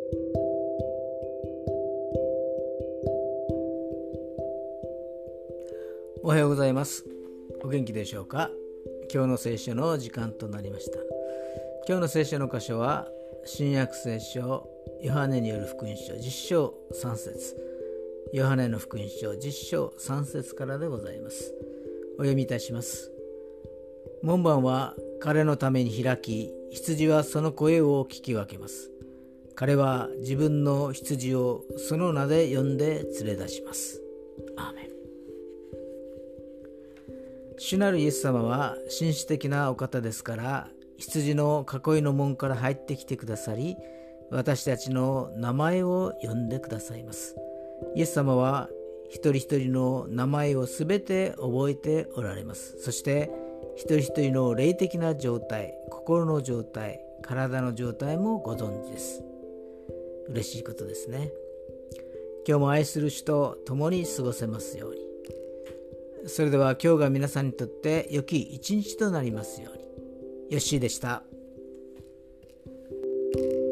おはようございます。お元気でしょうか。今日の聖書の時間となりました。今日の聖書の箇所は新約聖書ヨハネによる福音書10章3節、ヨハネの福音書10章3節からでございます。お読みいたします。門番は彼のために開き、羊はその声を聞き分けます。彼は自分の羊をその名で呼んで連れ出します。アーメン。主なるイエス様は紳士的なお方ですから、羊の囲いの門から入ってきてくださり、私たちの名前を呼んでくださいます。イエス様は一人一人の名前をすべて覚えておられます。そして一人一人の霊的な状態、心の状態、体の状態もご存知です。嬉しいことですね。今日も愛する主と共に過ごせますように。それでは今日が皆さんにとって良き一日となりますように。ヨッシーでした。